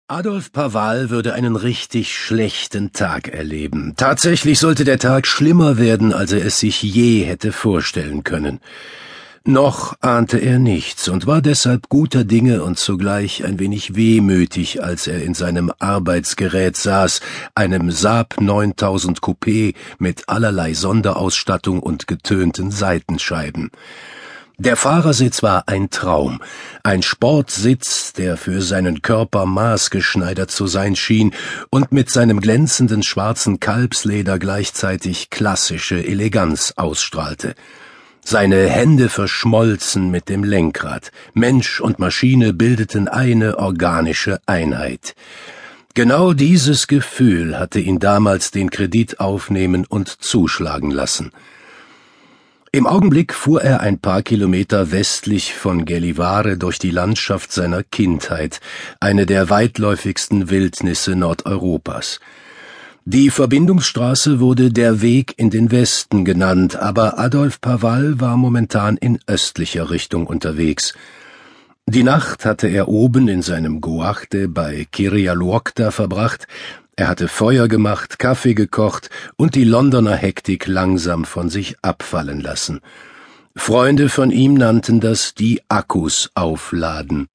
Adolf Pawal würde einen richtig schlechten Tag erleben. Tatsächlich sollte der Tag schlimmer werden, als er es sich je hätte vorstellen können. Noch ahnte er nichts und war deshalb guter Dinge und zugleich ein wenig wehmütig, als er in seinem Arbeitsgerät saß, einem Saab 9000 Coupé mit allerlei Sonderausstattung und getönten Seitenscheiben. Der Fahrersitz war ein Traum, ein Sportsitz, der für seinen Körper maßgeschneidert zu sein schien und mit seinem glänzenden schwarzen Kalbsleder gleichzeitig klassische Eleganz ausstrahlte. Seine Hände verschmolzen mit dem Lenkrad. Mensch und Maschine bildeten eine organische Einheit. Genau dieses Gefühl hatte ihn damals den Kredit aufnehmen und zuschlagen lassen. Im Augenblick fuhr er ein paar Kilometer westlich von Gällivare durch die Landschaft seiner Kindheit, eine der weitläufigsten Wildnisse Nordeuropas. Die Verbindungsstraße wurde der Weg in den Westen genannt, aber Adolf Pawal war momentan in östlicher Richtung unterwegs. Die Nacht hatte er oben in seinem Guachte bei Kirialuokta verbracht. Er hatte Feuer gemacht, Kaffee gekocht und die Londoner Hektik langsam von sich abfallen lassen. Freunde von ihm nannten das die Akkus aufladen.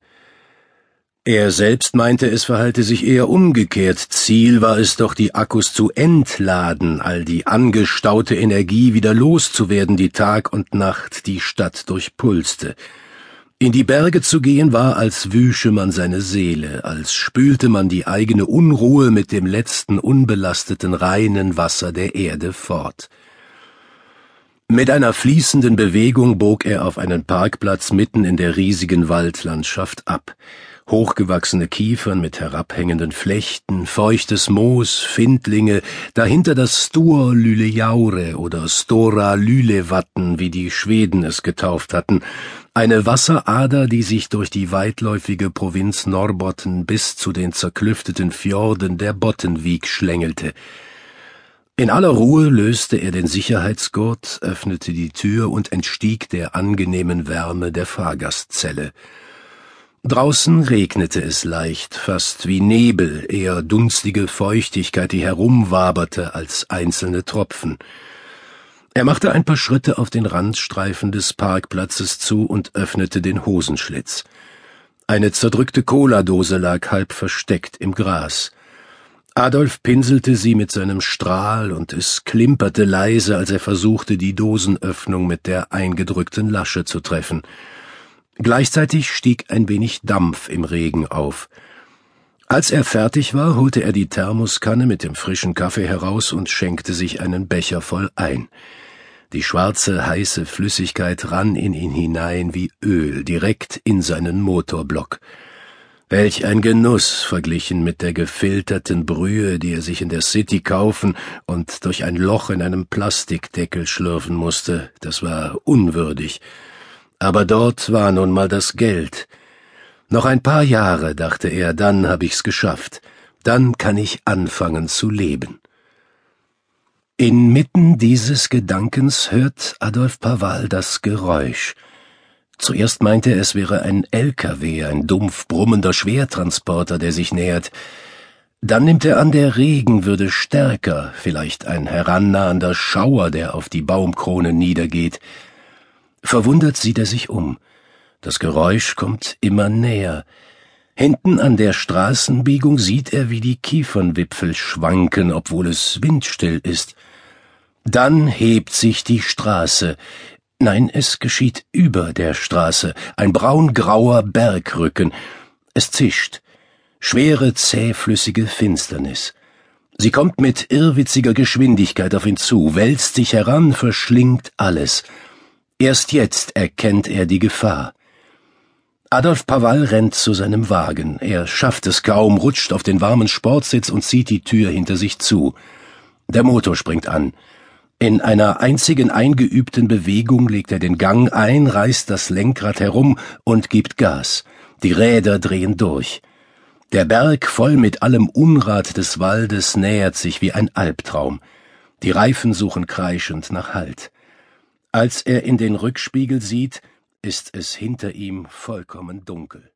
Er selbst meinte, es verhalte sich eher umgekehrt. Ziel war es doch, die Akkus zu entladen, all die angestaute Energie wieder loszuwerden, die Tag und Nacht die Stadt durchpulste. In die Berge zu gehen war, als wüsche man seine Seele, als spülte man die eigene Unruhe mit dem letzten unbelasteten reinen Wasser der Erde fort. Mit einer fließenden Bewegung bog er auf einen Parkplatz mitten in der riesigen Waldlandschaft ab. Hochgewachsene Kiefern mit herabhängenden Flechten, feuchtes Moos, Findlinge, dahinter das Stor Lylejaure oder Stora Lylevatten, wie die Schweden es getauft hatten, eine Wasserader, die sich durch die weitläufige Provinz Norrbotten bis zu den zerklüfteten Fjorden der Bottenvik schlängelte. In aller Ruhe löste er den Sicherheitsgurt, öffnete die Tür und entstieg der angenehmen Wärme der Fahrgastzelle. Draußen regnete es leicht, fast wie Nebel, eher dunstige Feuchtigkeit, die herumwaberte als einzelne Tropfen. Er machte ein paar Schritte auf den Randstreifen des Parkplatzes zu und öffnete den Hosenschlitz. Eine zerdrückte Cola-Dose lag halb versteckt im Gras. Adolf pinselte sie mit seinem Strahl und es klimperte leise, als er versuchte, die Dosenöffnung mit der eingedrückten Lasche zu treffen. Gleichzeitig stieg ein wenig Dampf im Regen auf. Als er fertig war, holte er die Thermoskanne mit dem frischen Kaffee heraus und schenkte sich einen Becher voll ein. Die schwarze, heiße Flüssigkeit rann in ihn hinein wie Öl, direkt in seinen Motorblock. Welch ein Genuss verglichen mit der gefilterten Brühe, die er sich in der City kaufen und durch ein Loch in einem Plastikdeckel schlürfen musste. Das war unwürdig. Aber dort war nun mal das Geld. Noch ein paar Jahre, dachte er, dann hab ich's geschafft. Dann kann ich anfangen zu leben. Inmitten dieses Gedankens hört Adolf Pawal das Geräusch. Zuerst meinte er, es wäre ein LKW, ein dumpf brummender Schwertransporter, der sich nähert. Dann nimmt er an, der Regen würde stärker, vielleicht ein herannahender Schauer, der auf die Baumkrone niedergeht. Verwundert sieht er sich um. Das Geräusch kommt immer näher. Hinten an der Straßenbiegung sieht er, wie die Kiefernwipfel schwanken, obwohl es windstill ist. Dann hebt sich die Straße. Nein, es geschieht über der Straße, ein braungrauer Bergrücken. Es zischt. Schwere, zähflüssige Finsternis. Sie kommt mit irrwitziger Geschwindigkeit auf ihn zu, wälzt sich heran, verschlingt alles. Erst jetzt erkennt er die Gefahr. Adolf Pawal rennt zu seinem Wagen. Er schafft es kaum, rutscht auf den warmen Sportsitz und zieht die Tür hinter sich zu. Der Motor springt an. In einer einzigen eingeübten Bewegung legt er den Gang ein, reißt das Lenkrad herum und gibt Gas. Die Räder drehen durch. Der Berg, voll mit allem Unrat des Waldes, nähert sich wie ein Albtraum. Die Reifen suchen kreischend nach Halt. Als er in den Rückspiegel sieht, ist es hinter ihm vollkommen dunkel.